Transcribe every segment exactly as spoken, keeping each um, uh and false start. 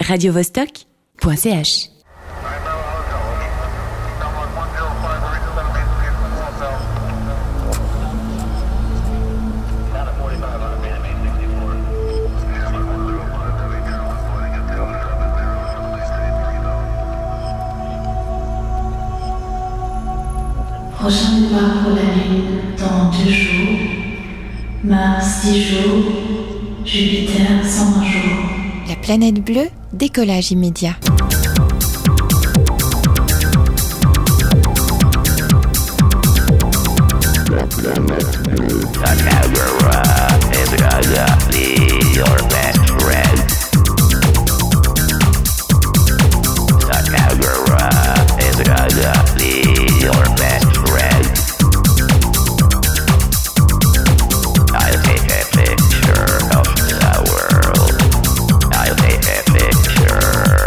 radio vostok point c h. Prochain départ pour la Lune dans deux jours, Mars dix jours, Jupiter cent vingt jours. La planète bleue, décollage immédiat. La planète bleue. Sakagura is gonna be your best friend. Sakagura is gonna be your best friend. I'll take a picture of the world. I'll take a picture.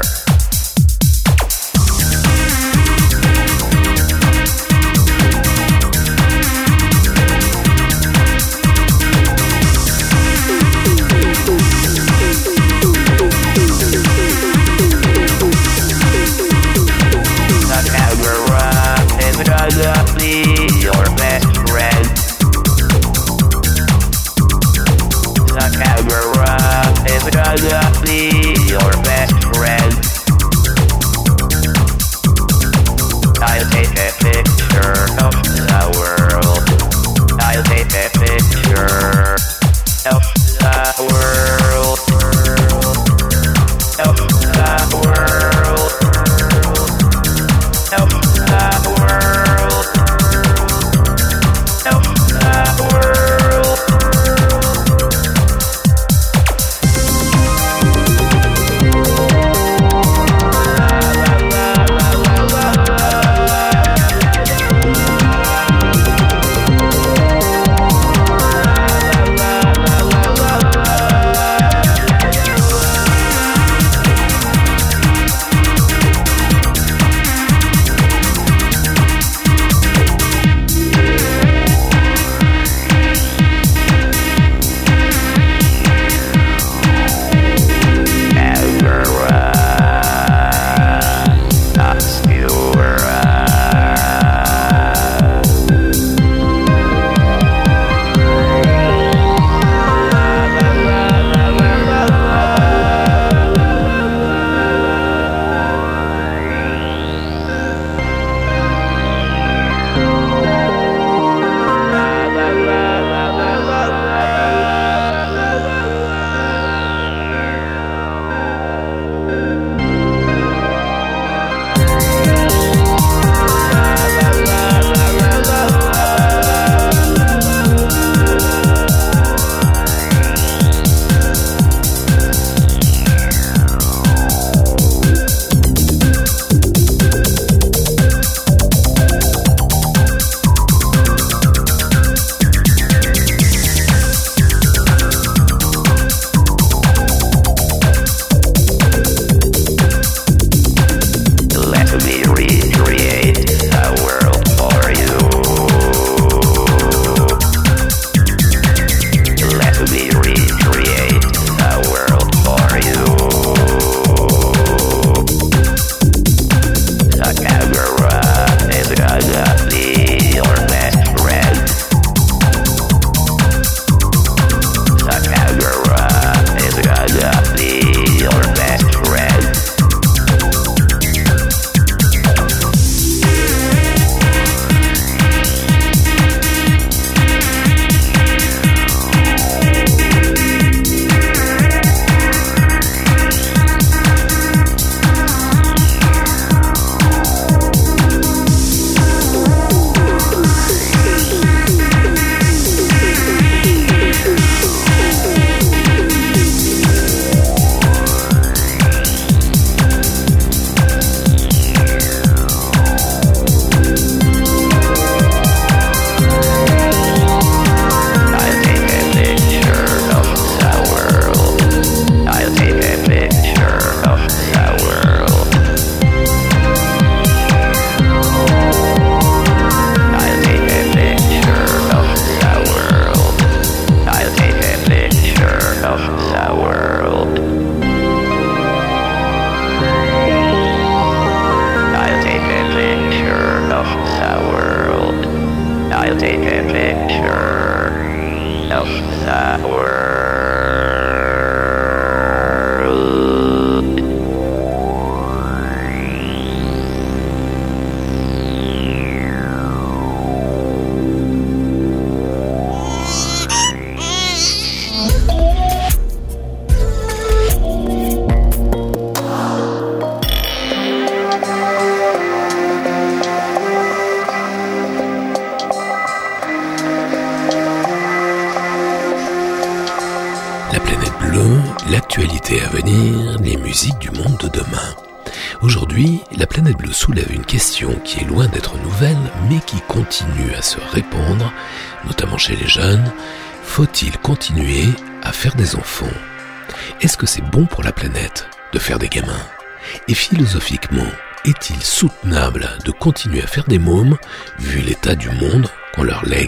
musique du monde de demain. Aujourd'hui, la planète bleue soulève une question qui est loin d'être nouvelle, mais qui continue à se répandre, notamment chez les jeunes. Faut-il continuer à faire des enfants ? Est-ce que c'est bon pour la planète de faire des gamins ? Et philosophiquement, est-il soutenable de continuer à faire des mômes, vu l'état du monde qu'on leur lègue ?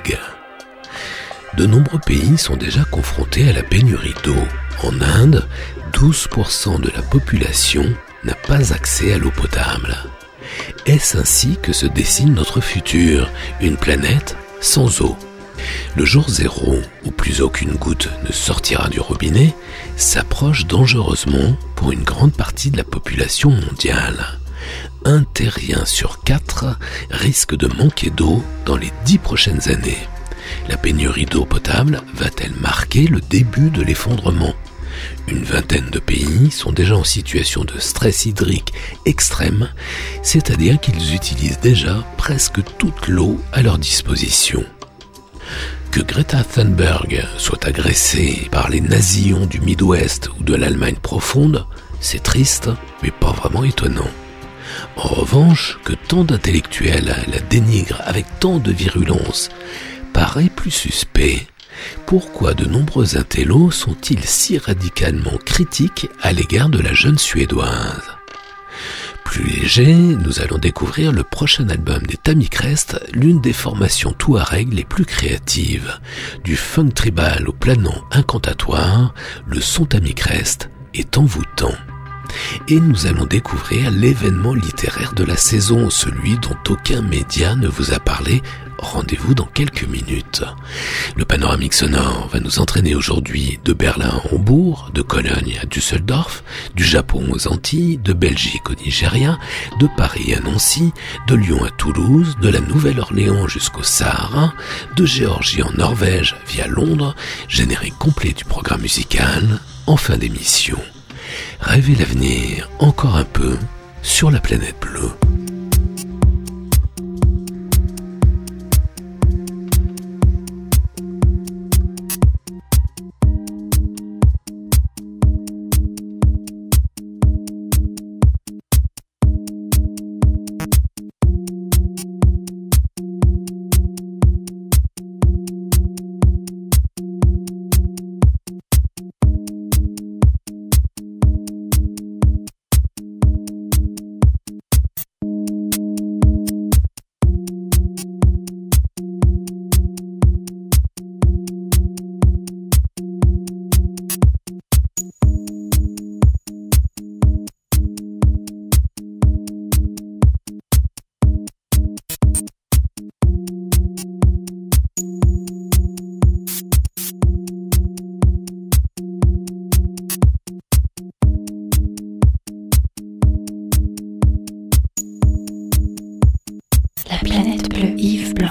De nombreux pays sont déjà confrontés à la pénurie d'eau. En Inde, douze pour cent de la population n'a pas accès à l'eau potable. Est-ce ainsi que se dessine notre futur, une planète sans eau ? Le jour zéro, où plus aucune goutte ne sortira du robinet, s'approche dangereusement pour une grande partie de la population mondiale. Un terrien sur quatre risque de manquer d'eau dans les dix prochaines années. La pénurie d'eau potable va-t-elle marquer le début de l'effondrement ? Une vingtaine de pays sont déjà en situation de stress hydrique extrême, c'est-à-dire qu'ils utilisent déjà presque toute l'eau à leur disposition. Que Greta Thunberg soit agressée par les nazillons du Midwest ou de l'Allemagne profonde, c'est triste, mais pas vraiment étonnant. En revanche, que tant d'intellectuels la dénigrent avec tant de virulence paraît plus suspect. Pourquoi de nombreux intellos sont-ils si radicalement critiques à l'égard de la jeune Suédoise ? Plus léger, nous allons découvrir le prochain album des Tamicrest, l'une des formations touareg les plus créatives. Du funk tribal au planant incantatoire, le son Tamicrest est envoûtant. Et nous allons découvrir l'événement littéraire de la saison, celui dont aucun média ne vous a parlé. Rendez-vous dans quelques minutes. Le panoramique sonore va nous entraîner aujourd'hui de Berlin à Hambourg, de Cologne à Düsseldorf, du Japon aux Antilles, de Belgique au Nigeria, de Paris à Nancy, de Lyon à Toulouse, de la Nouvelle-Orléans jusqu'au Sahara, de Géorgie en Norvège via Londres, générique complet du programme musical, en fin d'émission. Rêvez l'avenir encore un peu sur la planète bleue. La planète bleue, Yves Blanc.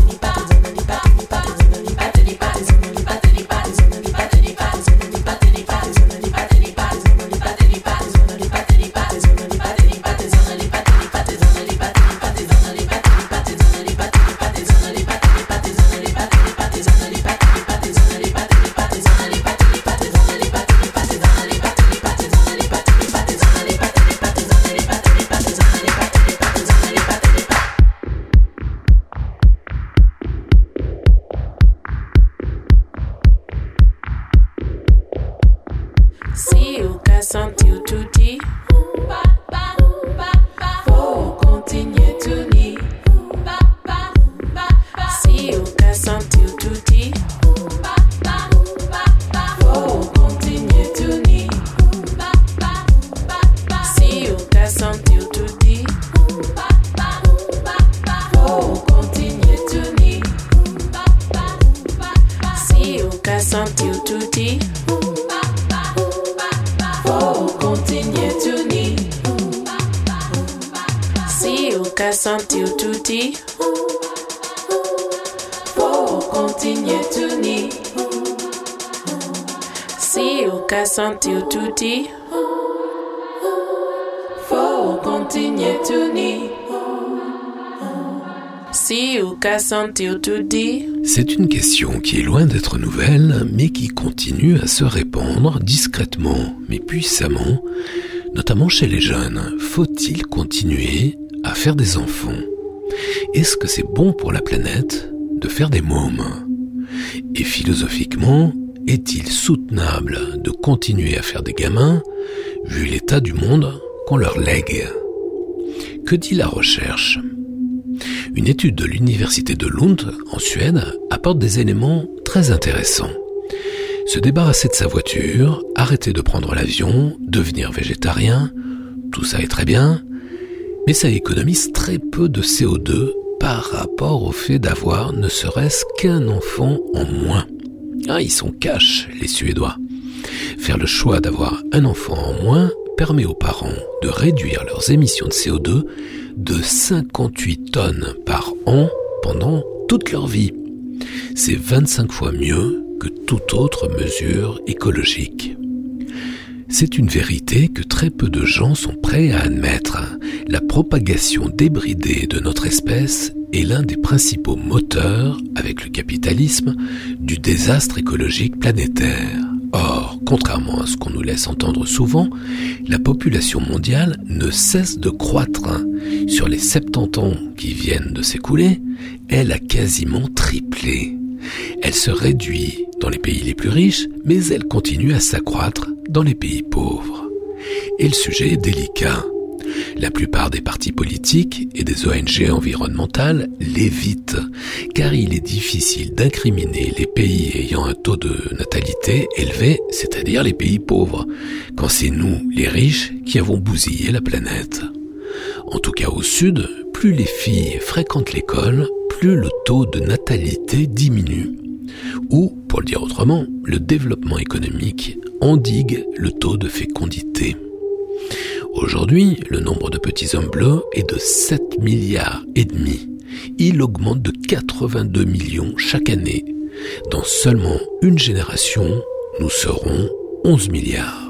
sentir tout dit. Faut continuer tout dit. Si on peut sentir tout dit. Faut continuer tout dit. Si on peut sentir tout dit. Faut continuer tout dit. Si on peut sentir tout dit. Faut continuer tout dit. Si on peut sentir tout dit. Faut continuer tout dit. Si on peut sentir tout dit. Faut continuer tout dit. Si on peut sentir tout dit. C'est une question qui est loin d'être nouvelle, mais qui continue à se répandre discrètement, mais puissamment, notamment chez les jeunes. Faut-il continuer à faire des enfants ? Est-ce que c'est bon pour la planète de faire des mômes ? Et philosophiquement, est-il soutenable de continuer à faire des gamins, vu l'état du monde qu'on leur lègue ? Que dit la recherche ? Une étude de l'université de Lund, en Suède, apporte des éléments très intéressants. Se débarrasser de sa voiture, arrêter de prendre l'avion, devenir végétarien, tout ça est très bien, mais ça économise très peu de C O deux par rapport au fait d'avoir ne serait-ce qu'un enfant en moins. Ah, ils sont cash, les Suédois. Faire le choix d'avoir un enfant en moins permet aux parents de réduire leurs émissions de C O deux de cinquante-huit tonnes par an pendant toute leur vie. C'est vingt-cinq fois mieux que toute autre mesure écologique. C'est une vérité que très peu de gens sont prêts à admettre. La propagation débridée de notre espèce est l'un des principaux moteurs, avec le capitalisme, du désastre écologique planétaire. Or, contrairement à ce qu'on nous laisse entendre souvent, la population mondiale ne cesse de croître. Sur les soixante-dix ans qui viennent de s'écouler, elle a quasiment triplé. Elle se réduit dans les pays les plus riches, mais elle continue à s'accroître dans les pays pauvres. Et le sujet est délicat. La plupart des partis politiques et des O N G environnementales l'évitent, car il est difficile d'incriminer les pays ayant un taux de natalité élevé, c'est-à-dire les pays pauvres, quand c'est nous, les riches, qui avons bousillé la planète. En tout cas au sud, plus les filles fréquentent l'école, plus le taux de natalité diminue. Ou, pour le dire autrement, le développement économique endigue le taux de fécondité. Aujourd'hui, le nombre de petits hommes bleus est de sept milliards et demi. Il augmente de quatre-vingt-deux millions chaque année. Dans seulement une génération, nous serons onze milliards.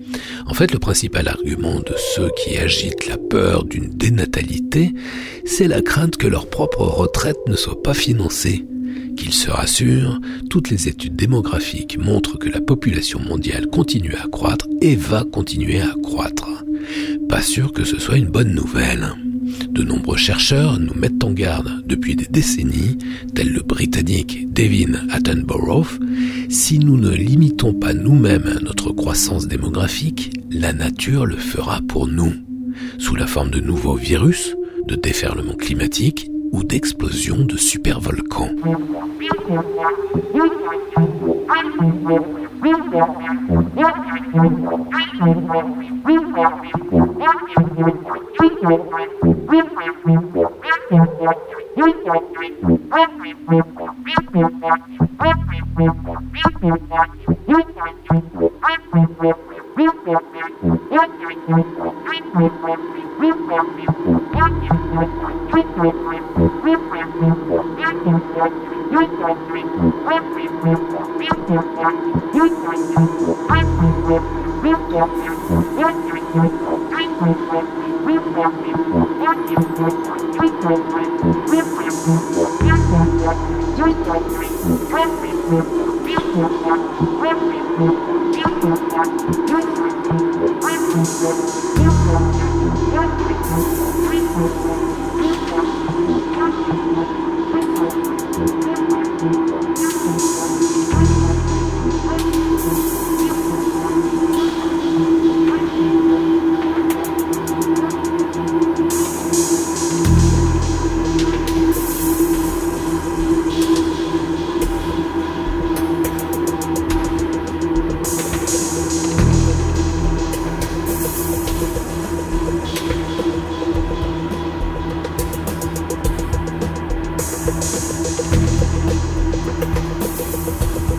En fait, le principal argument de ceux qui agitent la peur d'une dénatalité, c'est la crainte que leur propre retraite ne soit pas financée. Qu'ils se rassurent, toutes les études démographiques montrent que la population mondiale continue à croître et va continuer à croître. Pas sûr que ce soit une bonne nouvelle. De nombreux chercheurs nous mettent en garde depuis des décennies, tel le Britannique David Attenborough, si nous ne limitons pas nous-mêmes notre croissance démographique, la nature le fera pour nous, sous la forme de nouveaux virus, de déferlements climatiques ou d'explosions de supervolcans.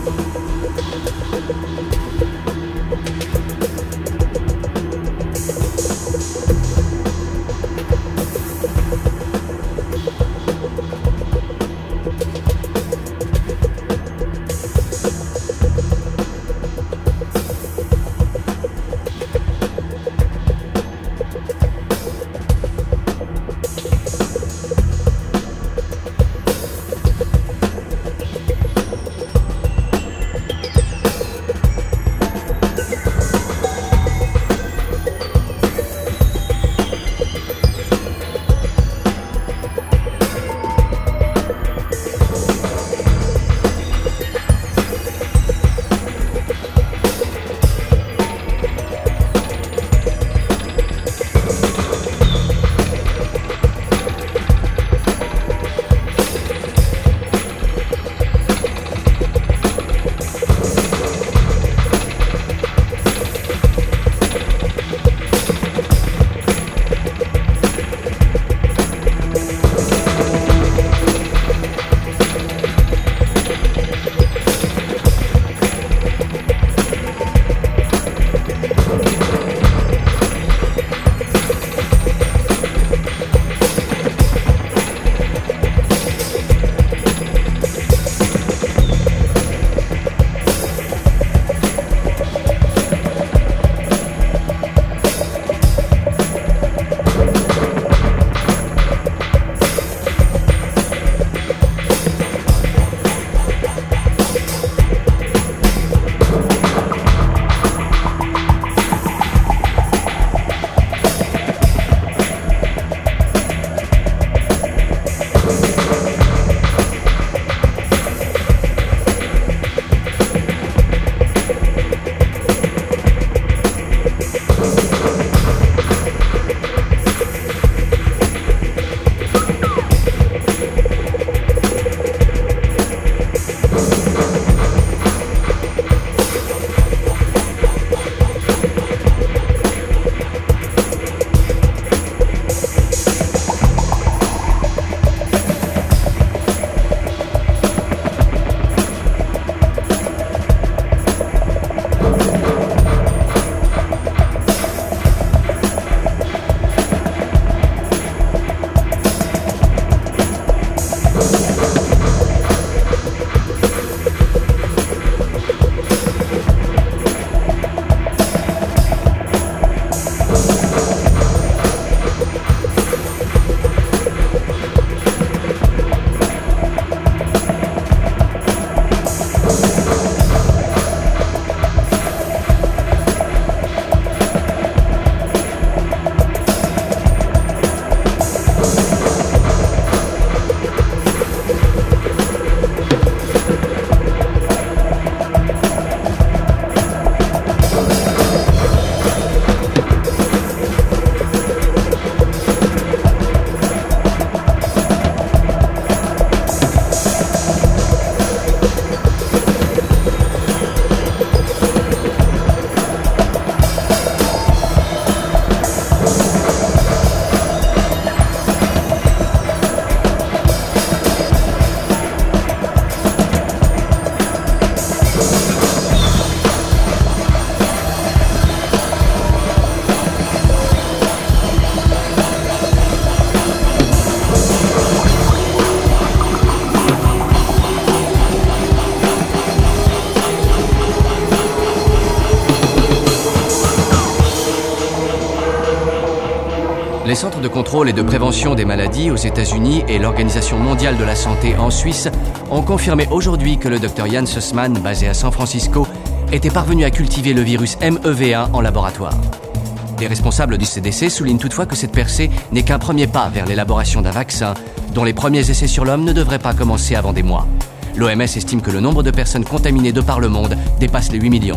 Les centres de contrôle et de prévention des maladies aux États-Unis et l'Organisation mondiale de la santé en Suisse ont confirmé aujourd'hui que le docteur Jan Sussman, basé à San Francisco, était parvenu à cultiver le virus M E V un en laboratoire. Les responsables du C D C soulignent toutefois que cette percée n'est qu'un premier pas vers l'élaboration d'un vaccin dont les premiers essais sur l'homme ne devraient pas commencer avant des mois. L'O M S estime que le nombre de personnes contaminées de par le monde dépasse les huit millions.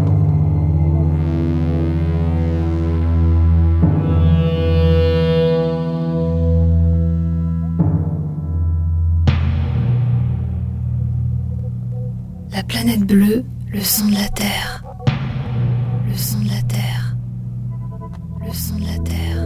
La planète bleue, le son de la Terre. Le son de la Terre. Le son de la Terre.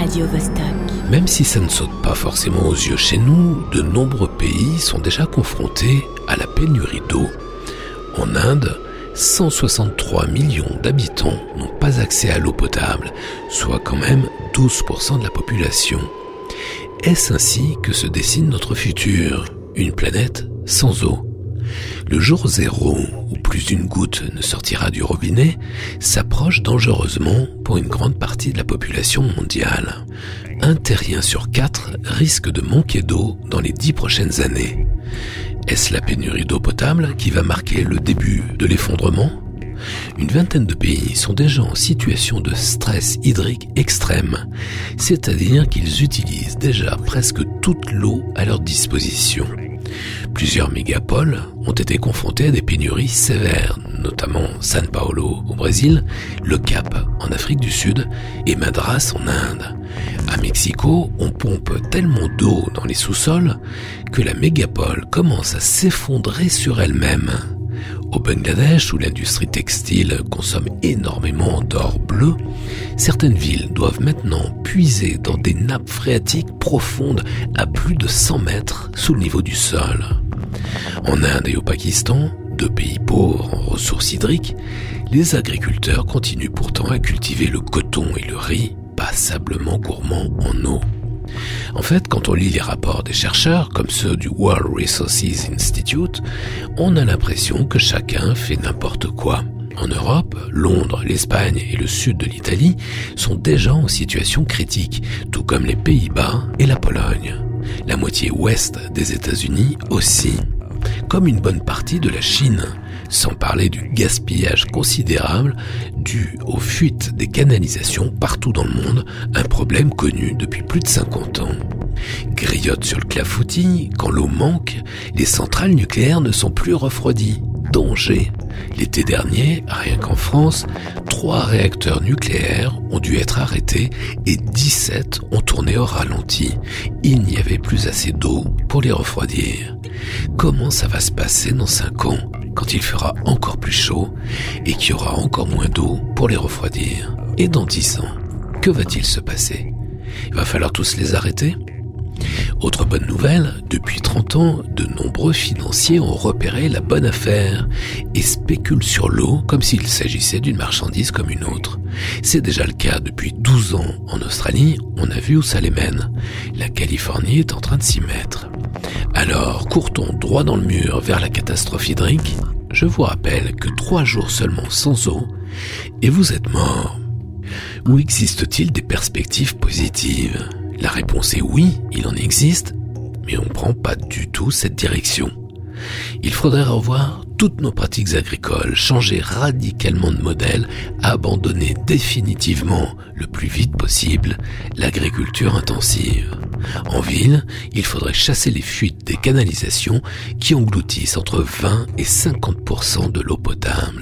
Vladivostok. Même si ça ne saute pas forcément aux yeux chez nous, de nombreux pays sont déjà confrontés à la pénurie d'eau. En Inde, cent soixante-trois millions d'habitants n'ont pas accès à l'eau potable, soit quand même douze pour cent de la population. Est-ce ainsi que se dessine notre futur ? Une planète sans eau ? Le jour zéro, où plus d'une goutte ne sortira du robinet, s'approche dangereusement pour une grande partie de la population mondiale. Un terrien sur quatre risque de manquer d'eau dans les dix prochaines années. Est-ce la pénurie d'eau potable qui va marquer le début de l'effondrement ? Une vingtaine de pays sont déjà en situation de stress hydrique extrême, c'est-à-dire qu'ils utilisent déjà presque toute l'eau à leur disposition. Plusieurs mégapoles ont été confrontés à des pénuries sévères, notamment São Paulo au Brésil, Le Cap en Afrique du Sud et Madras en Inde. À Mexico, on pompe tellement d'eau dans les sous-sols que la mégapole commence à s'effondrer sur elle-même. Au Bangladesh, où l'industrie textile consomme énormément d'or bleu, certaines villes doivent maintenant puiser dans des nappes phréatiques profondes à plus de cent mètres sous le niveau du sol. En Inde et au Pakistan, deux pays pauvres en ressources hydriques, les agriculteurs continuent pourtant à cultiver le coton et le riz, passablement gourmands en eau. En fait, quand on lit les rapports des chercheurs, comme ceux du World Resources Institute, on a l'impression que chacun fait n'importe quoi. En Europe, Londres, l'Espagne et le sud de l'Italie sont déjà en situation critique, tout comme les Pays-Bas et la Pologne. La moitié ouest des États-Unis aussi, comme une bonne partie de la Chine, sans parler du gaspillage considérable dû aux fuites des canalisations partout dans le monde, un problème connu depuis plus de cinquante ans. Griotte sur le clafoutis, quand l'eau manque, les centrales nucléaires ne sont plus refroidies. Danger. L'été dernier, rien qu'en France, trois réacteurs nucléaires ont dû être arrêtés et dix-sept ont tourné au ralenti. Il n'y avait plus assez d'eau pour les refroidir. Comment ça va se passer dans cinq ans, quand il fera encore plus chaud et qu'il y aura encore moins d'eau pour les refroidir ? Et dans dix ans, que va-t-il se passer ? Il va falloir tous les arrêter ? Autre bonne nouvelle, depuis trente ans, de nombreux financiers ont repéré la bonne affaire et spéculent sur l'eau comme s'il s'agissait d'une marchandise comme une autre. C'est déjà le cas depuis douze ans en Australie, on a vu où ça les mène. La Californie est en train de s'y mettre. Alors, court-on droit dans le mur vers la catastrophe hydrique ? Je vous rappelle que trois jours seulement sans eau et vous êtes mort. Ou existe-t-il des perspectives positives ? La réponse est oui, il en existe, mais on ne prend pas du tout cette direction. Il faudrait revoir toutes nos pratiques agricoles, changer radicalement de modèle, abandonner définitivement, le plus vite possible, l'agriculture intensive. En ville, il faudrait chasser les fuites des canalisations qui engloutissent entre vingt et cinquante pour cent de l'eau potable.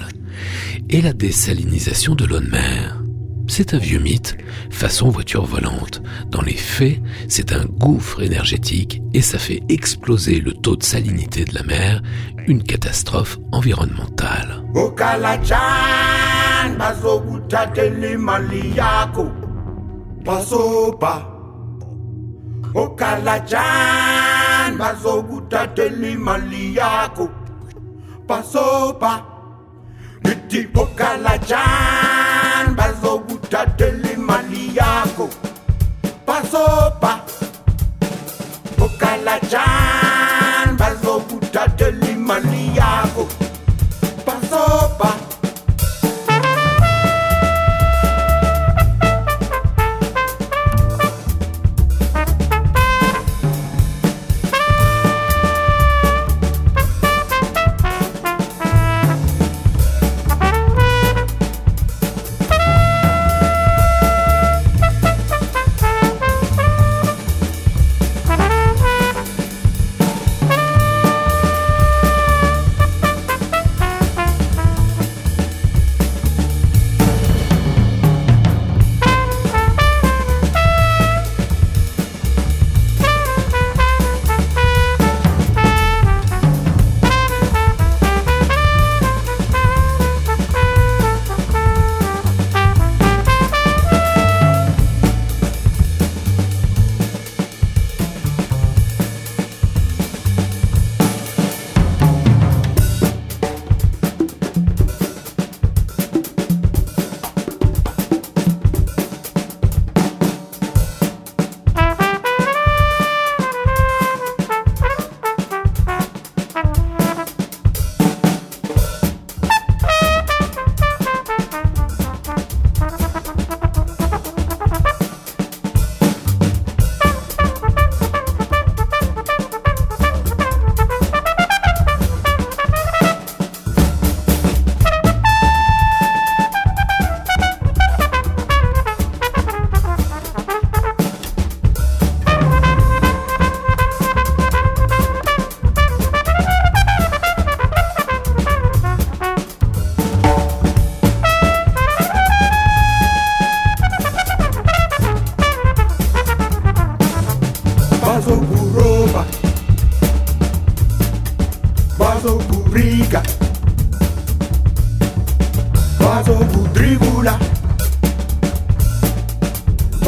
Et la désalinisation de l'eau de mer. C'est un vieux mythe, façon voiture volante. Dans les faits, c'est un gouffre énergétique et ça fait exploser le taux de salinité de la mer, une catastrophe environnementale. Tateli mali yako pasopa okalajan bazokutateli mali yako pasopa.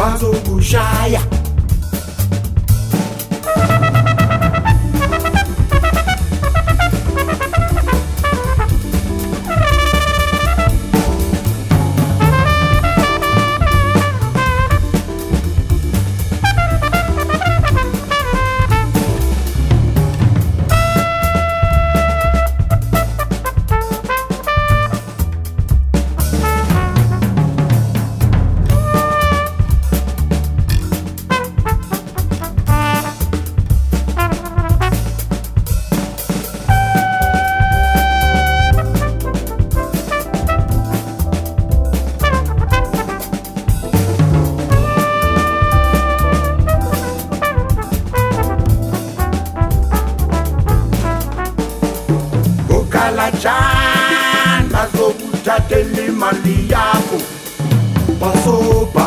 bazokushaya. Jan bazokuthathela imali yakho basoba.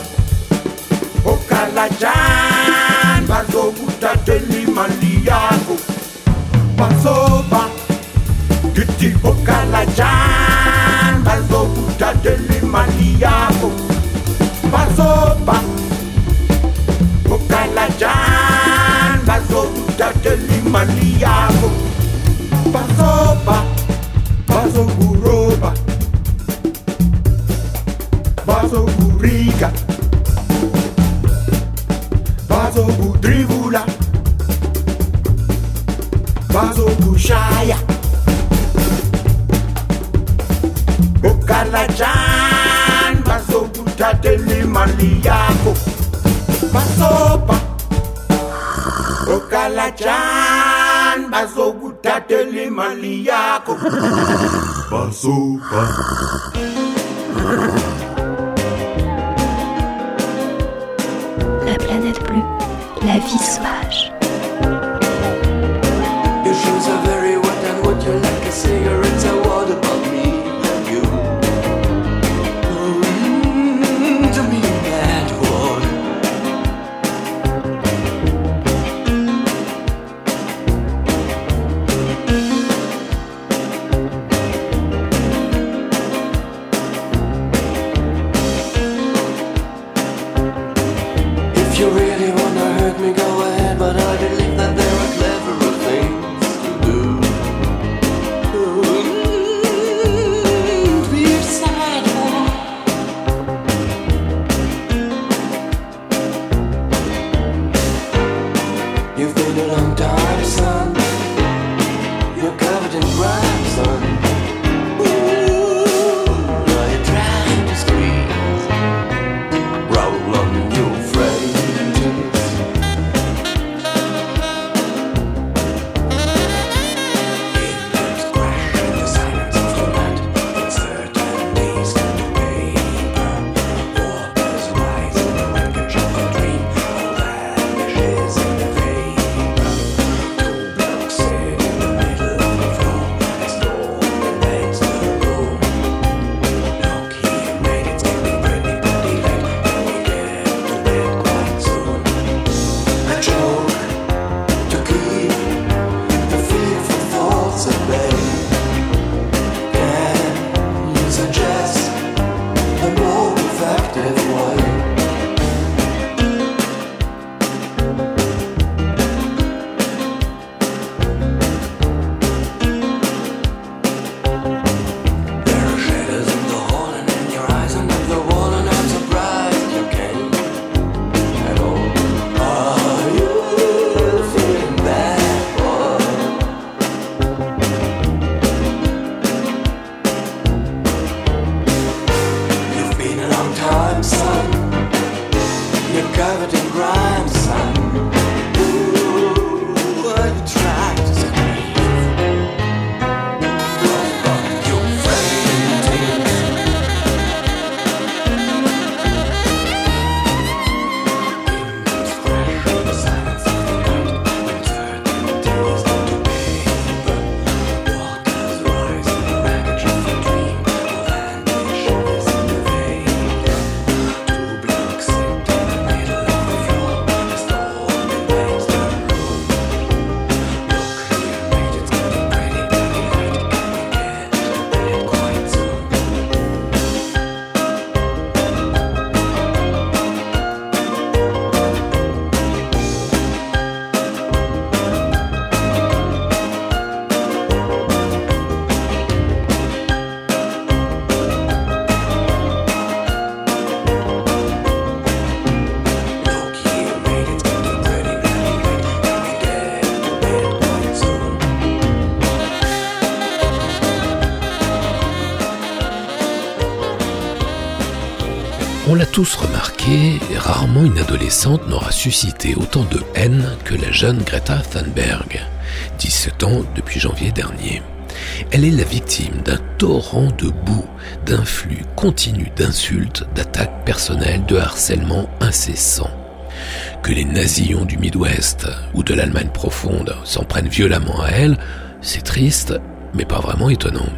Okala Jan bazokuthathela imali yakho basoba. Githi okala Jan bazokuthathela imali yakho basoba. Okala Jan bazokuthathela imali yakho basoba. Bazokuroba, bazokuriga, bazokudribula, bazokushaya. Okala Jan bazokuthathela imali yakho basoba. Okala Jan bazokuthathela imali yakho basoba. La planète bleue, la vie sauvage. Your shoes are very wet and would you like a cigarette? So what about me and you? Mm, to me that one. If you really wanna hurt me, go ahead, tous remarqué, rarement une adolescente n'aura suscité autant de haine que la jeune Greta Thunberg, dix-sept ans depuis janvier dernier. Elle est la victime d'un torrent de boue, d'un flux continu d'insultes, d'attaques personnelles, de harcèlement incessant. Que les nazillons du Midwest ou de l'Allemagne profonde s'en prennent violemment à elle, c'est triste, mais pas vraiment étonnant.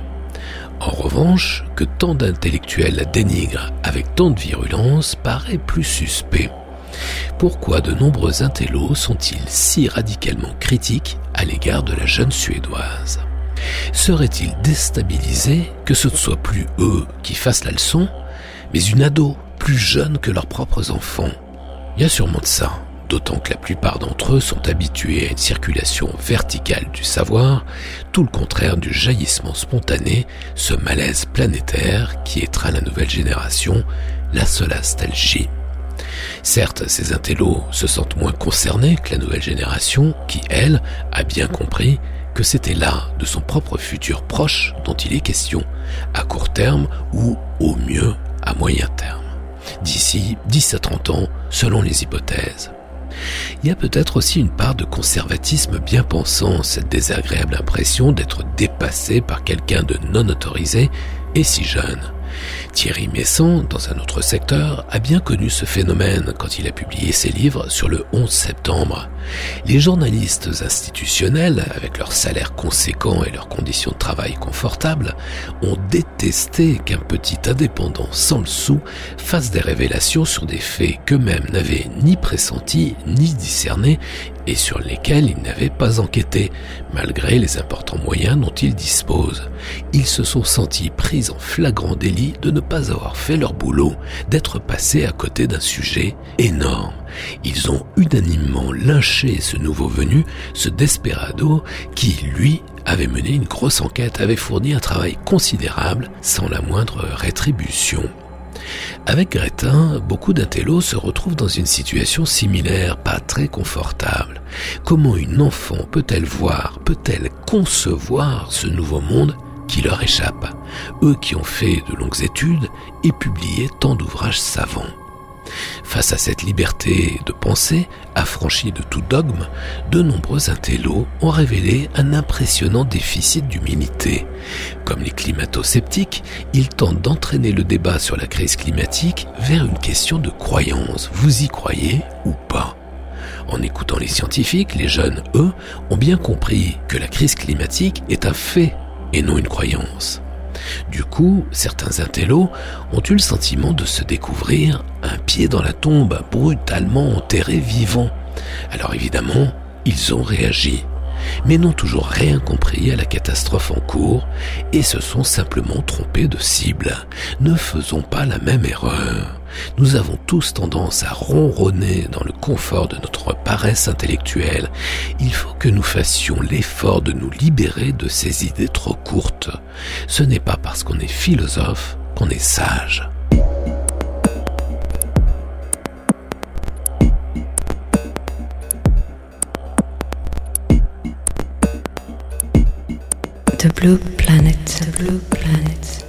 En revanche, que tant d'intellectuels la dénigrent avec tant de virulence paraît plus suspect. Pourquoi de nombreux intellos sont-ils si radicalement critiques à l'égard de la jeune Suédoise ? Seraient-ils déstabilisés que ce ne soit plus eux qui fassent la leçon, mais une ado plus jeune que leurs propres enfants ? Il y a sûrement de ça, d'autant que la plupart d'entre eux sont habitués à une circulation verticale du savoir, tout le contraire du jaillissement spontané, ce malaise planétaire qui étreint la nouvelle génération, la solastalgie. Certes, ces intellos se sentent moins concernés que la nouvelle génération qui, elle, a bien compris que c'était là de son propre futur proche dont il est question, à court terme ou, au mieux, à moyen terme. D'ici dix à trente ans, selon les hypothèses. Il y a peut-être aussi une part de conservatisme bien pensant, cette désagréable impression d'être dépassé par quelqu'un de non autorisé et si jeune. Thierry Meyssan, dans un autre secteur, a bien connu ce phénomène quand il a publié ses livres sur le onze septembre. Les journalistes institutionnels, avec leurs salaires conséquents et leurs conditions de travail confortables, ont détesté qu'un petit indépendant sans le sou fasse des révélations sur des faits qu'eux-mêmes n'avaient ni pressentis ni discernés et sur lesquels ils n'avaient pas enquêté, malgré les importants moyens dont ils disposent. Ils se sont sentis pris en flagrant délit de ne pas avoir fait leur boulot, d'être passés à côté d'un sujet énorme. Ils ont unanimement lynché ce nouveau venu, ce desperado, qui, lui, avait mené une grosse enquête, avait fourni un travail considérable sans la moindre rétribution. Avec Greta, beaucoup d'intellos se retrouvent dans une situation similaire, pas très confortable. Comment une enfant peut-elle voir, peut-elle concevoir ce nouveau monde qui leur échappe, eux qui ont fait de longues études et publié tant d'ouvrages savants? Face à cette liberté de penser, affranchie de tout dogme, de nombreux intellos ont révélé un impressionnant déficit d'humilité. Comme les climato-sceptiques, ils tentent d'entraîner le débat sur la crise climatique vers une question de croyance. Vous y croyez ou pas ? En écoutant les scientifiques, les jeunes, eux, ont bien compris que la crise climatique est un fait et non une croyance. Du coup, certains intellos ont eu le sentiment de se découvrir un pied dans la tombe, brutalement enterrés vivants. Alors évidemment, ils ont réagi, mais n'ont toujours rien compris à la catastrophe en cours et se sont simplement trompés de cible. Ne faisons pas la même erreur. Nous avons tous tendance à ronronner dans le confort de notre paresse intellectuelle. Il faut que nous fassions l'effort de nous libérer de ces idées trop courtes. Ce n'est pas parce qu'on est philosophe qu'on est sage. The Blue Planet, The Blue Planet.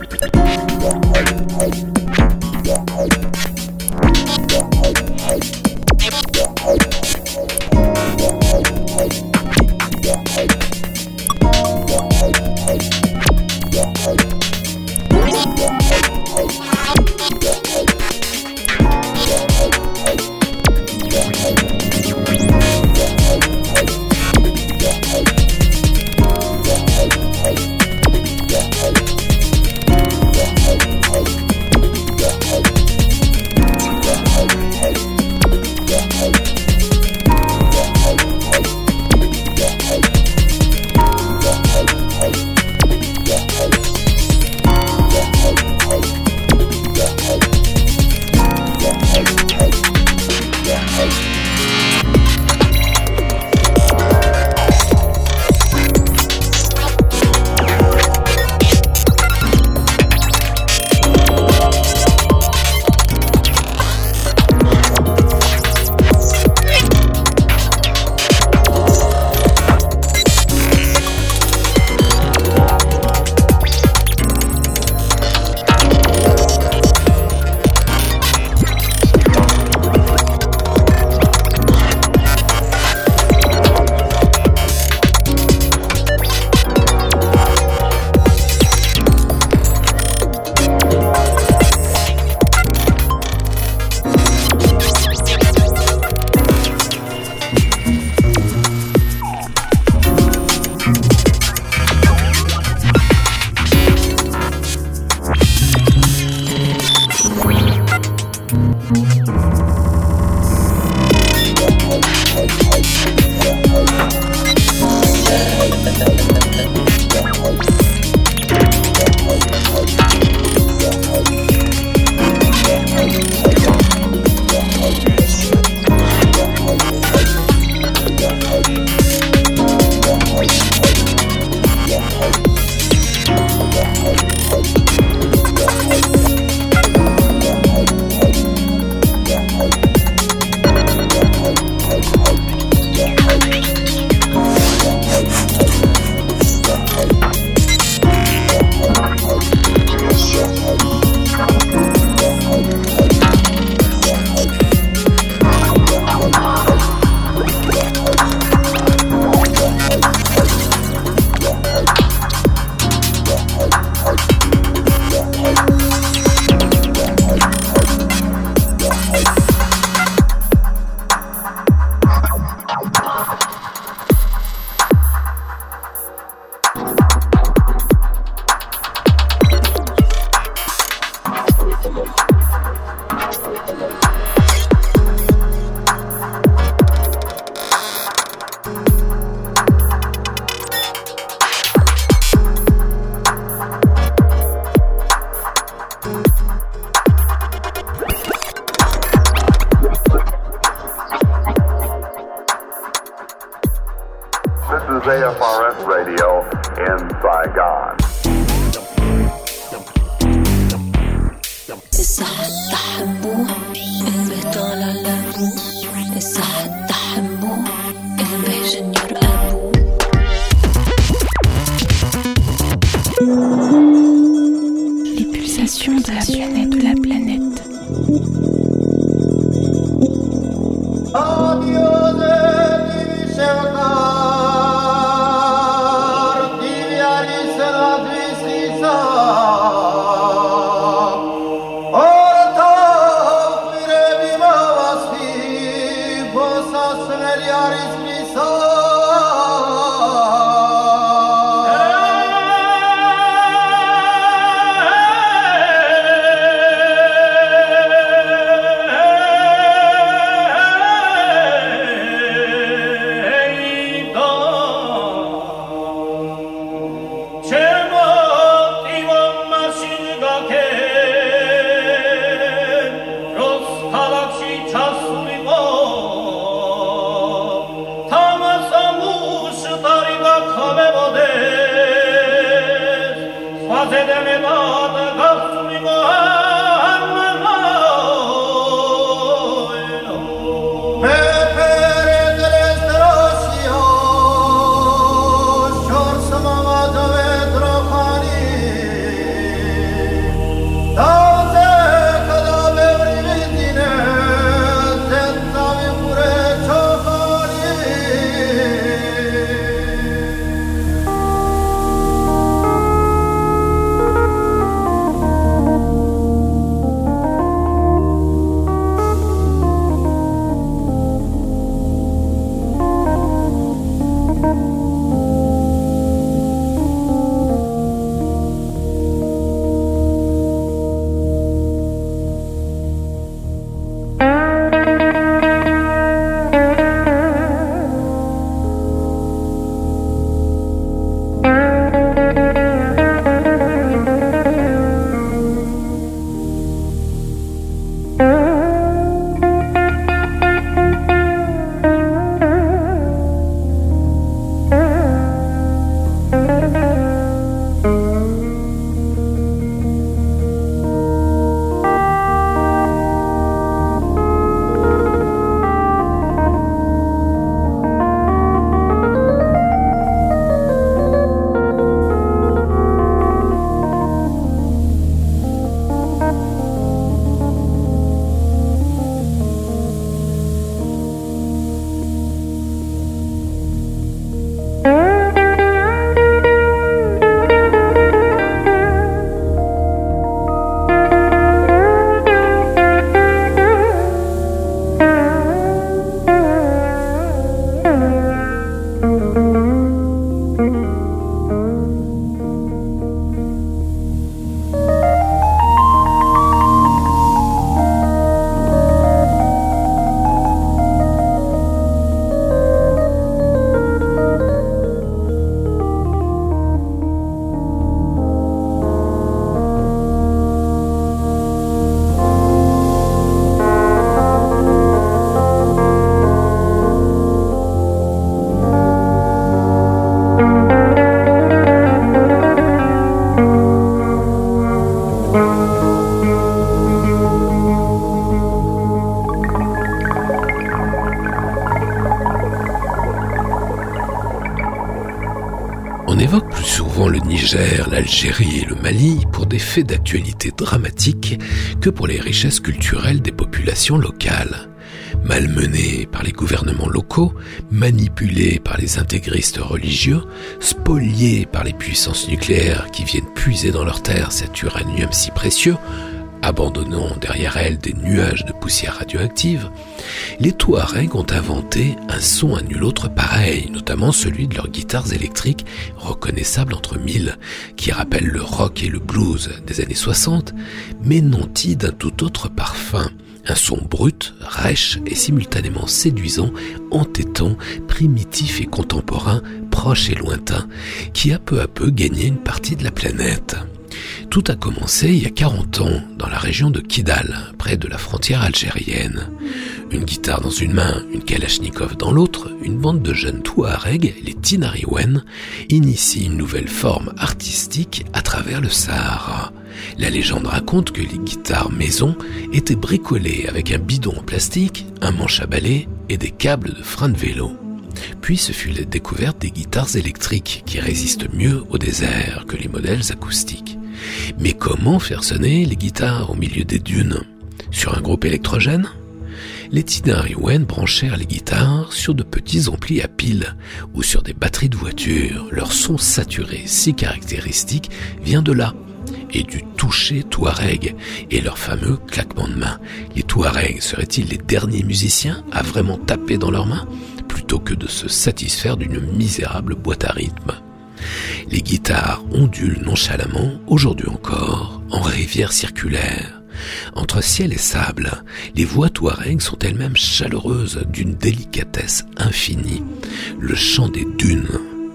Hey. in Saigon. الصحة تحمو البطالة لابو الصحة تحمو البهجن يرقبو. Les pulsations de la planète, de la planète. On évoque plus souvent le Niger, l'Algérie et le Mali pour des faits d'actualité dramatiques que pour les richesses culturelles des populations locales. Malmenés par les gouvernements locaux, manipulés par les intégristes religieux, spoliés par les puissances nucléaires qui viennent puiser dans leurs terres cet uranium si précieux, abandonnant derrière elles des nuages de poussière radioactive, les Touaregs ont inventé un son à nul autre pareil, notamment celui de leurs guitares électriques reconnaissables entre mille, qui rappellent le rock et le blues des années soixante, mais nantis d'un tout autre parfum. Un son brut, rêche et simultanément séduisant, entêtant, primitif et contemporain, proche et lointain, qui a peu à peu gagné une partie de la planète. Tout a commencé il y a quarante ans, dans la région de Kidal, près de la frontière algérienne. Une guitare dans une main, une kalachnikov dans l'autre, une bande de jeunes Touaregs, les Tinariwen, initie une nouvelle forme artistique à travers le Sahara. La légende raconte que les guitares maison étaient bricolées avec un bidon en plastique, un manche à balai et des câbles de frein de vélo. Puis ce fut la découverte des guitares électriques qui résistent mieux au désert que les modèles acoustiques. Mais comment faire sonner les guitares au milieu des dunes? Sur un groupe électrogène? Les Tinariwen branchèrent les guitares sur de petits amplis à piles ou sur des batteries de voiture. Leur son saturé si caractéristique vient de là, et du toucher touareg et leur fameux claquement de main. Les Touaregs seraient-ils les derniers musiciens à vraiment taper dans leurs mains plutôt que de se satisfaire d'une misérable boîte à rythme? Les guitares ondulent nonchalamment, aujourd'hui encore, en rivière circulaire. Entre ciel et sable, les voix touaregs sont elles-mêmes chaleureuses d'une délicatesse infinie. Le chant des dunes,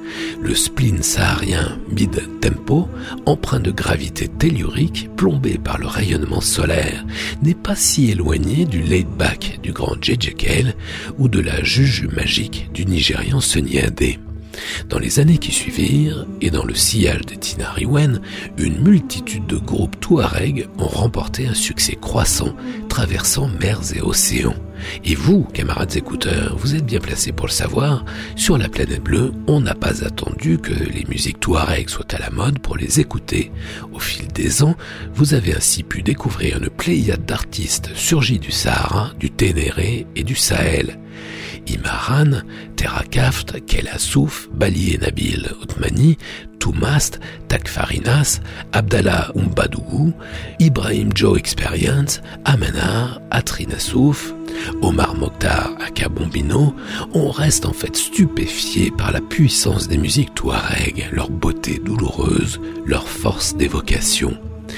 le spleen saharien mid-tempo, empreint de gravité tellurique, plombé par le rayonnement solaire, n'est pas si éloigné du laid-back du grand J J Cale ou de la juju magique du Nigérian Sunny Adé. Dans les années qui suivirent, et dans le sillage des Tinariwen, une multitude de groupes touaregs ont remporté un succès croissant, traversant mers et océans. Et vous, camarades écouteurs, vous êtes bien placés pour le savoir, sur la planète bleue, on n'a pas attendu que les musiques touaregs soient à la mode pour les écouter. Au fil des ans, vous avez ainsi pu découvrir une pléiade d'artistes surgis du Sahara, du Ténéré et du Sahel. Imaran, Terrakaft, Kelassouf, Bali et Nabil Othmani, Toumast, Takfarinas, Abdallah Umbadougou, Ibrahim Joe Experience, Amanar, Atrinassouf, Omar Mokhtar Akabombino, on reste en fait stupéfié par la puissance des musiques touaregs, leur beauté douloureuse, leur force d'évocation.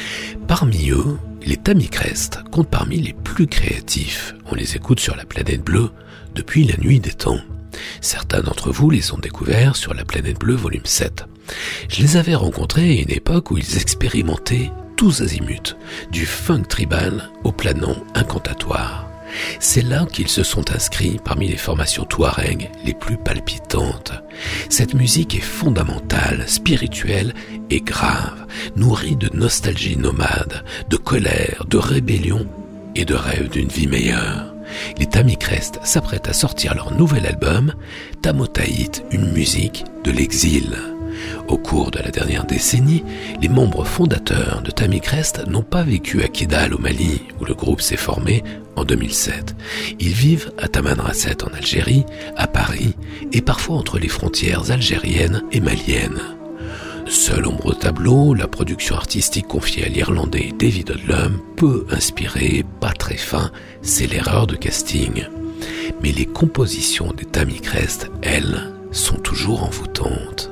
Parmi eux, les Tamikrestes comptent parmi les plus créatifs. On les écoute sur la planète bleue depuis la nuit des temps. Certains d'entre vous les ont découverts sur la planète bleue volume sept. Je les avais rencontrés à une époque où ils expérimentaient tous azimuts, du funk tribal au planon incantatoire. C'est là qu'ils se sont inscrits parmi les formations touaregs les plus palpitantes. Cette musique est fondamentale, spirituelle et grave, nourrie de nostalgie nomade, de colère, de rébellion et de rêve d'une vie meilleure. Les Tamikrestes s'apprêtent à sortir leur nouvel album, Tamotaït, une musique de l'exil. Au cours de la dernière décennie, les membres fondateurs de Tamikrestes n'ont pas vécu à Kidal au Mali, où le groupe s'est formé en deux mille sept. Ils vivent à Tamanrasset en Algérie, à Paris et parfois entre les frontières algériennes et maliennes. Seul ombre au tableau, la production artistique confiée à l'Irlandais David Odlum peut inspirer, pas très fin, c'est l'erreur de casting. Mais les compositions des Tamikrestes, elles, sont toujours envoûtantes.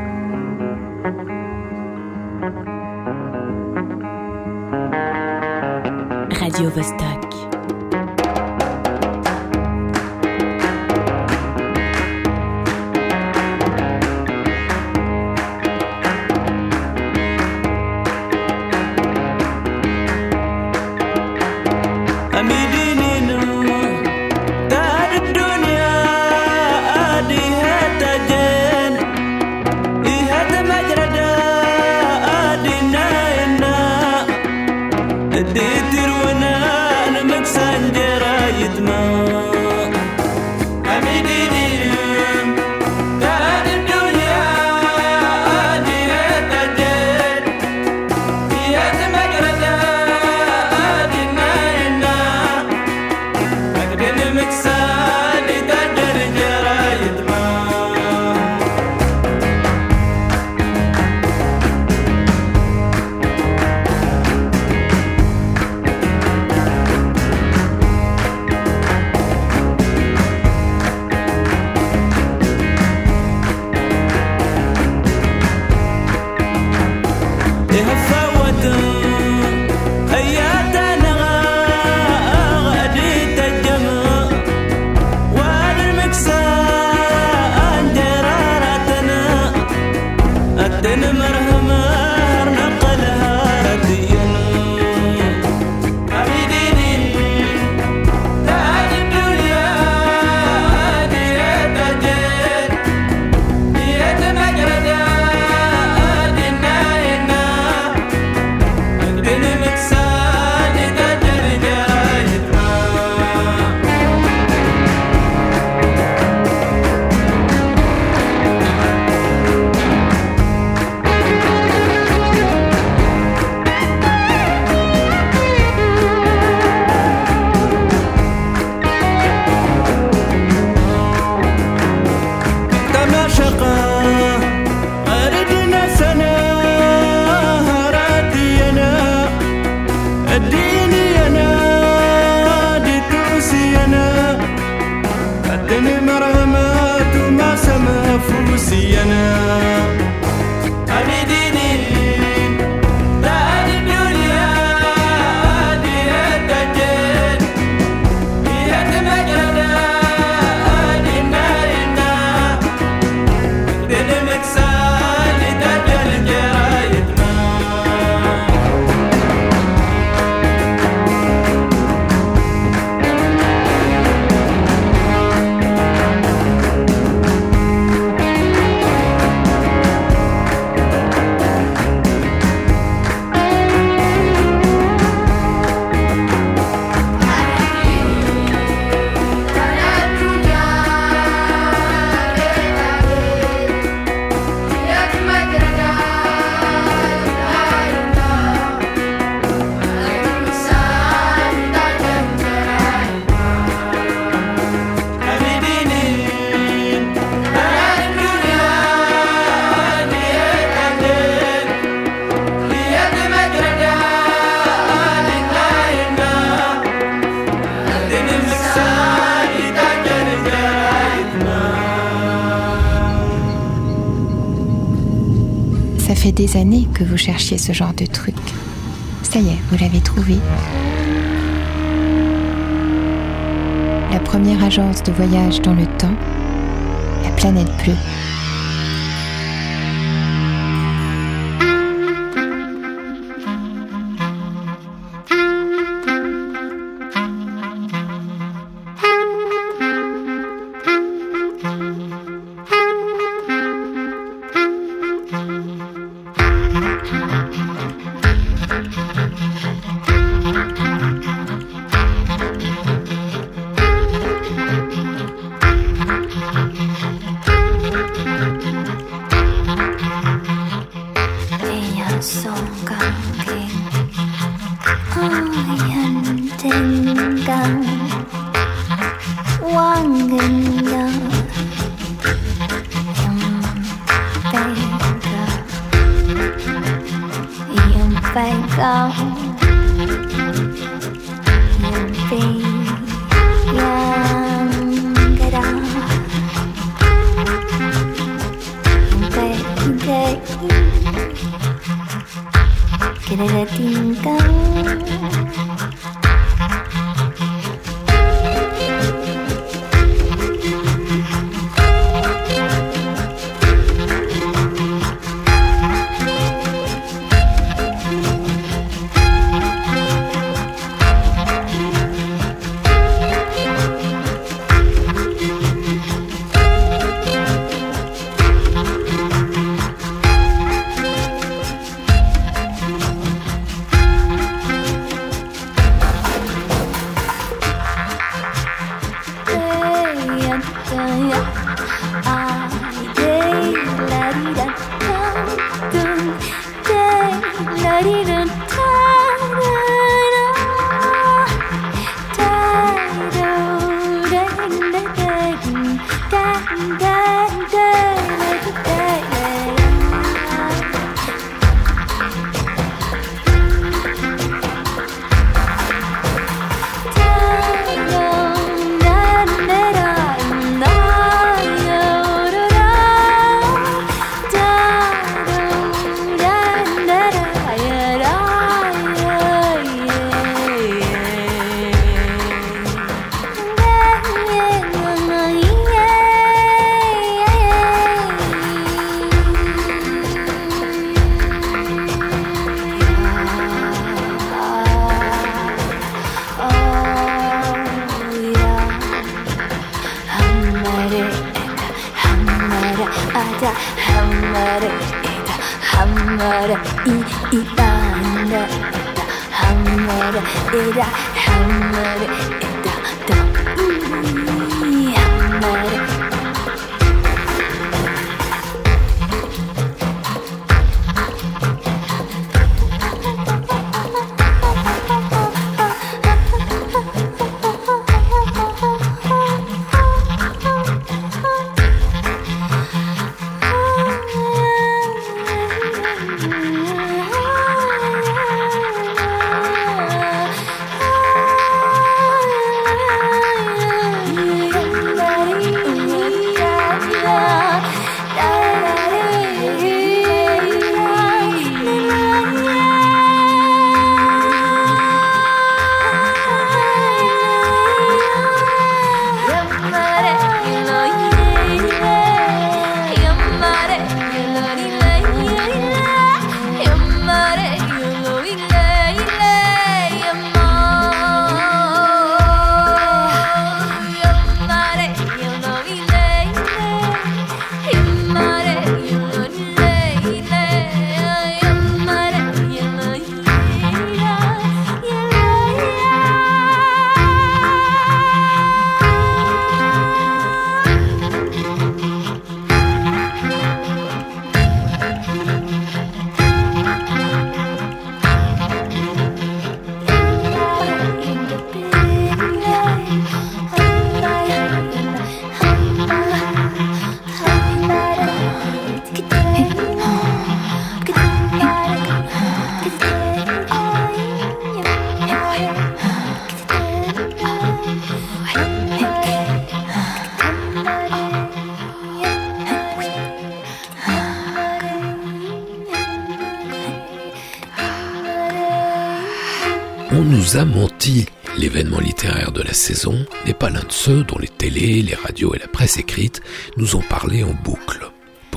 Radio Vostok. مرهمة نقلها Ça fait des années que vous cherchiez ce genre de truc. Ça y est, vous l'avez trouvé. La première agence de voyage dans le temps, la planète bleue. Body On nous a menti. L'événement littéraire de la saison n'est pas l'un de ceux dont les télés, les radios et la presse écrite nous ont parlé en boucle. Pourquoi ?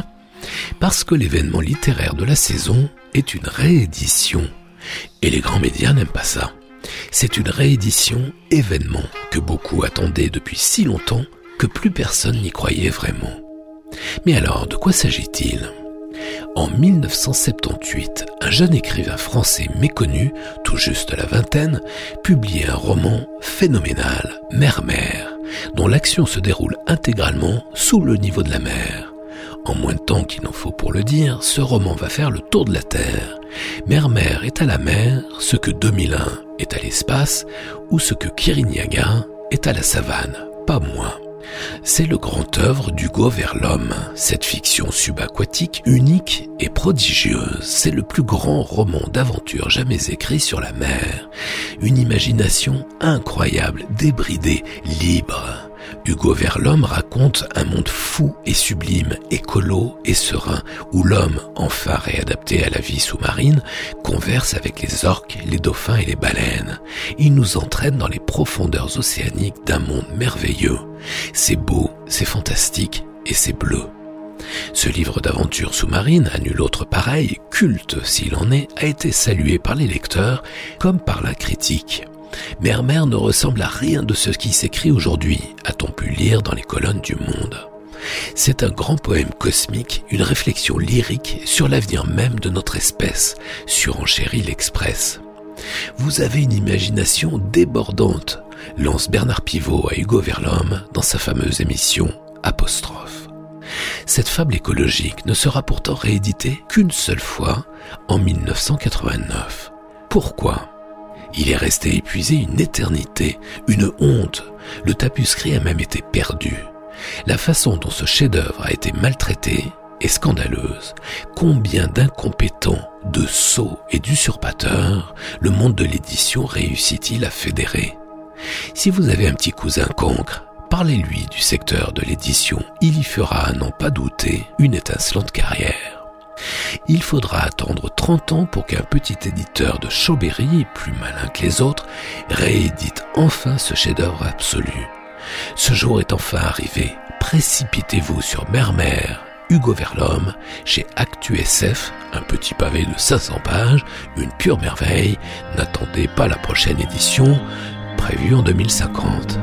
Parce que l'événement littéraire de la saison est une réédition. Et les grands médias n'aiment pas ça. C'est une réédition événement que beaucoup attendaient depuis si longtemps que plus personne n'y croyait vraiment. Mais alors, de quoi s'agit-il ? En mille neuf cent soixante-dix-huit, un jeune écrivain français méconnu, tout juste à la vingtaine, publiait un roman phénoménal, Mer-Mer, dont l'action se déroule intégralement sous le niveau de la mer. En moins de temps qu'il n'en faut pour le dire, ce roman va faire le tour de la Terre. Mer-Mer est à la mer ce que deux mille un est à l'espace ou ce que Kirinyaga est à la savane, pas moins. C'est le grand œuvre d'Hugo Verlome, cette fiction subaquatique unique et prodigieuse. C'est le plus grand roman d'aventure jamais écrit sur la mer. Une imagination incroyable, débridée, libre. Hugo Verlome raconte un monde fou et sublime, écolo et serein, où l'homme, enfin réadapté à la vie sous-marine, converse avec les orques, les dauphins et les baleines. Il nous entraîne dans les profondeurs océaniques d'un monde merveilleux. C'est beau, c'est fantastique et c'est bleu. Ce livre d'aventure sous-marine, à nul autre pareil, culte s'il en est, a été salué par les lecteurs comme par la critique. Mer-Mer ne ressemble à rien de ce qui s'écrit aujourd'hui, a-t-on pu lire dans les colonnes du Monde. C'est un grand poème cosmique, une réflexion lyrique sur l'avenir même de notre espèce, surenchérit l'Express. Vous avez une imagination débordante, lance Bernard Pivot à Hugo Verlome dans sa fameuse émission Apostrophe. Cette fable écologique ne sera pourtant rééditée qu'une seule fois, en mille neuf cent quatre-vingt-neuf. Pourquoi ? Il est resté épuisé une éternité, une honte. Le tapuscrit a même été perdu. La façon dont ce chef-d'œuvre a été maltraité est scandaleuse. Combien d'incompétents, de sots et d'usurpateurs le monde de l'édition réussit-il à fédérer ? Si vous avez un petit cousin cancre, parlez-lui du secteur de l'édition. Il y fera, à n'en pas douter, une étincelante carrière. Il faudra attendre trente ans pour qu'un petit éditeur de Chauberry, plus malin que les autres, réédite enfin ce chef-d'œuvre absolu. Ce jour est enfin arrivé. Précipitez-vous sur Mer-Mer, Hugo Verlome, chez Actu S F, un petit pavé de cinq cents pages, une pure merveille. N'attendez pas la prochaine édition, prévue en deux mille cinquante.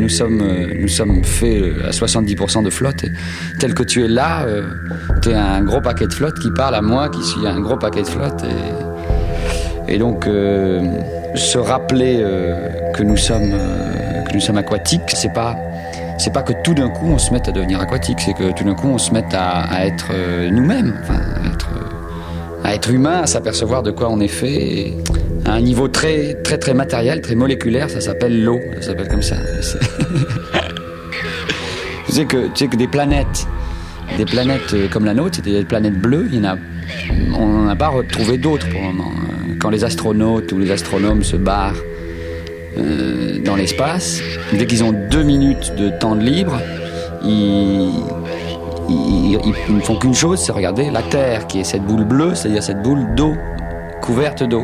nous sommes, euh, nous sommes faits à soixante-dix pour cent de flotte. Et tel que tu es là, euh, tu es un gros paquet de flotte qui parle à moi, qui suis un gros paquet de flotte. Et, et donc, euh, se rappeler euh, que nous sommes, euh, que nous sommes aquatiques, c'est pas, c'est pas que tout d'un coup on se mette à devenir aquatique, c'est que tout d'un coup on se mette à, à être euh, nous-mêmes, enfin, à être, à être humain, à s'apercevoir de quoi on est fait. Et à un niveau très, très, très matériel, très moléculaire, ça s'appelle l'eau, ça s'appelle comme ça. tu sais que, tu sais que des planètes, des planètes comme la nôtre, c'était des planètes bleues, il y en a, on n'en a pas retrouvé d'autres pour le moment. Quand les astronautes ou les astronomes se barrent euh, dans l'espace, dès qu'ils ont deux minutes de temps de libre, ils, ils, ils, ils ne font qu'une chose, c'est regarder la Terre, qui est cette boule bleue, c'est-à-dire cette boule d'eau, couverte d'eau.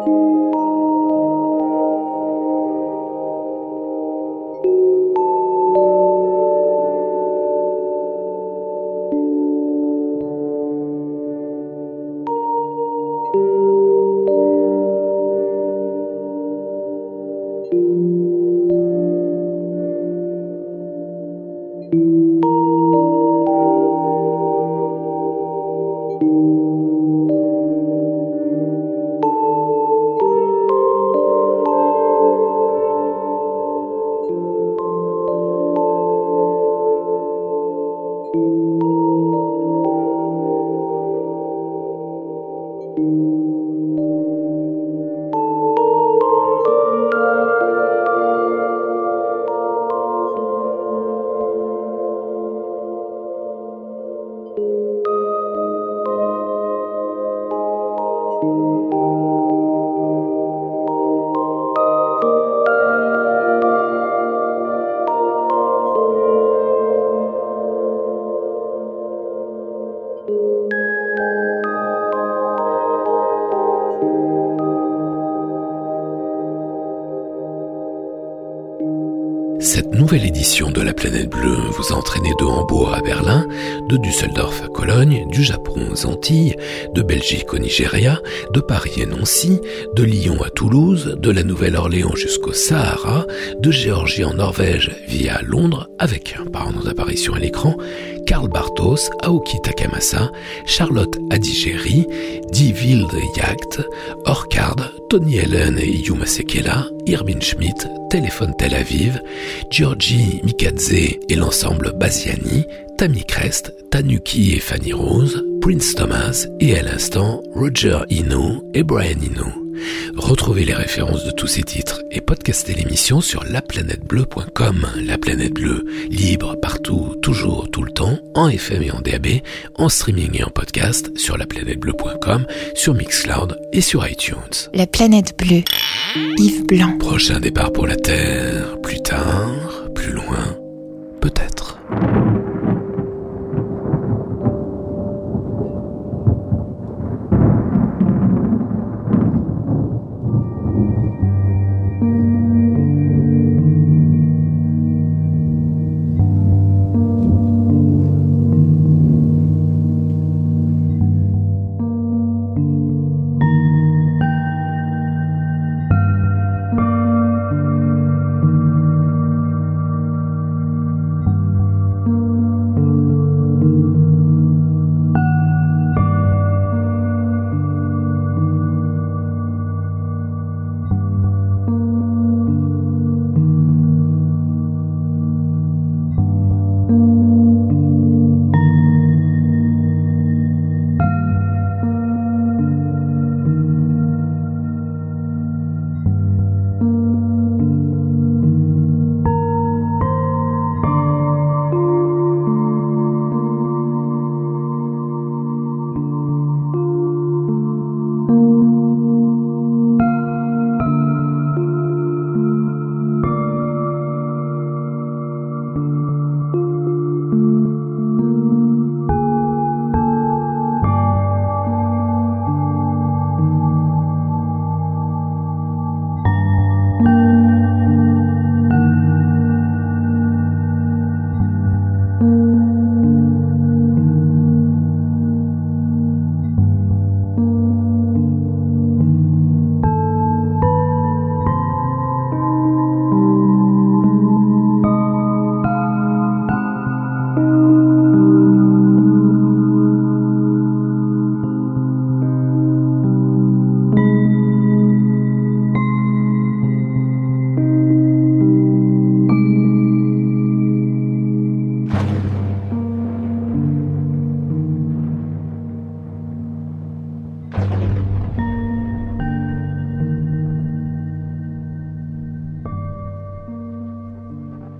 Cette nouvelle édition de la Planète Bleue vous a entraîné de Hambourg à Berlin, de Düsseldorf à Cologne, du Japon aux Antilles, de Belgique au Nigeria, de Paris à Nancy, de Lyon à Toulouse, de la Nouvelle-Orléans jusqu'au Sahara, de Géorgie en Norvège via Londres, avec, par nos apparitions à l'écran, Karl Bartos, Aoki Takamasa, Charlotte Adigéry, Die Wilde Jagd, Orchard, Tony Allen et Yuma Sekela, Irvin Schmidt, Téléphone Tel Aviv, Giorgi Mikadze et l'ensemble Basiani, Tammy Crest, Tanuki et Fanny Rose, Prince Thomas et à l'instant Roger Eno et Brian Eno. Retrouvez les références de tous ces titres et podcastez l'émission sur la planète bleue point com. La Planète Bleue, libre partout, toujours, tout le temps, en F M et en D A B, en streaming et en podcast sur la planète bleue point com, sur Mixcloud et sur iTunes. La Planète Bleue, Yves Blanc. Prochain départ pour la Terre, plus tard, plus loin, peut-être.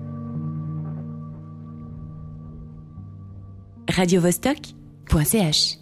radio vostok point c h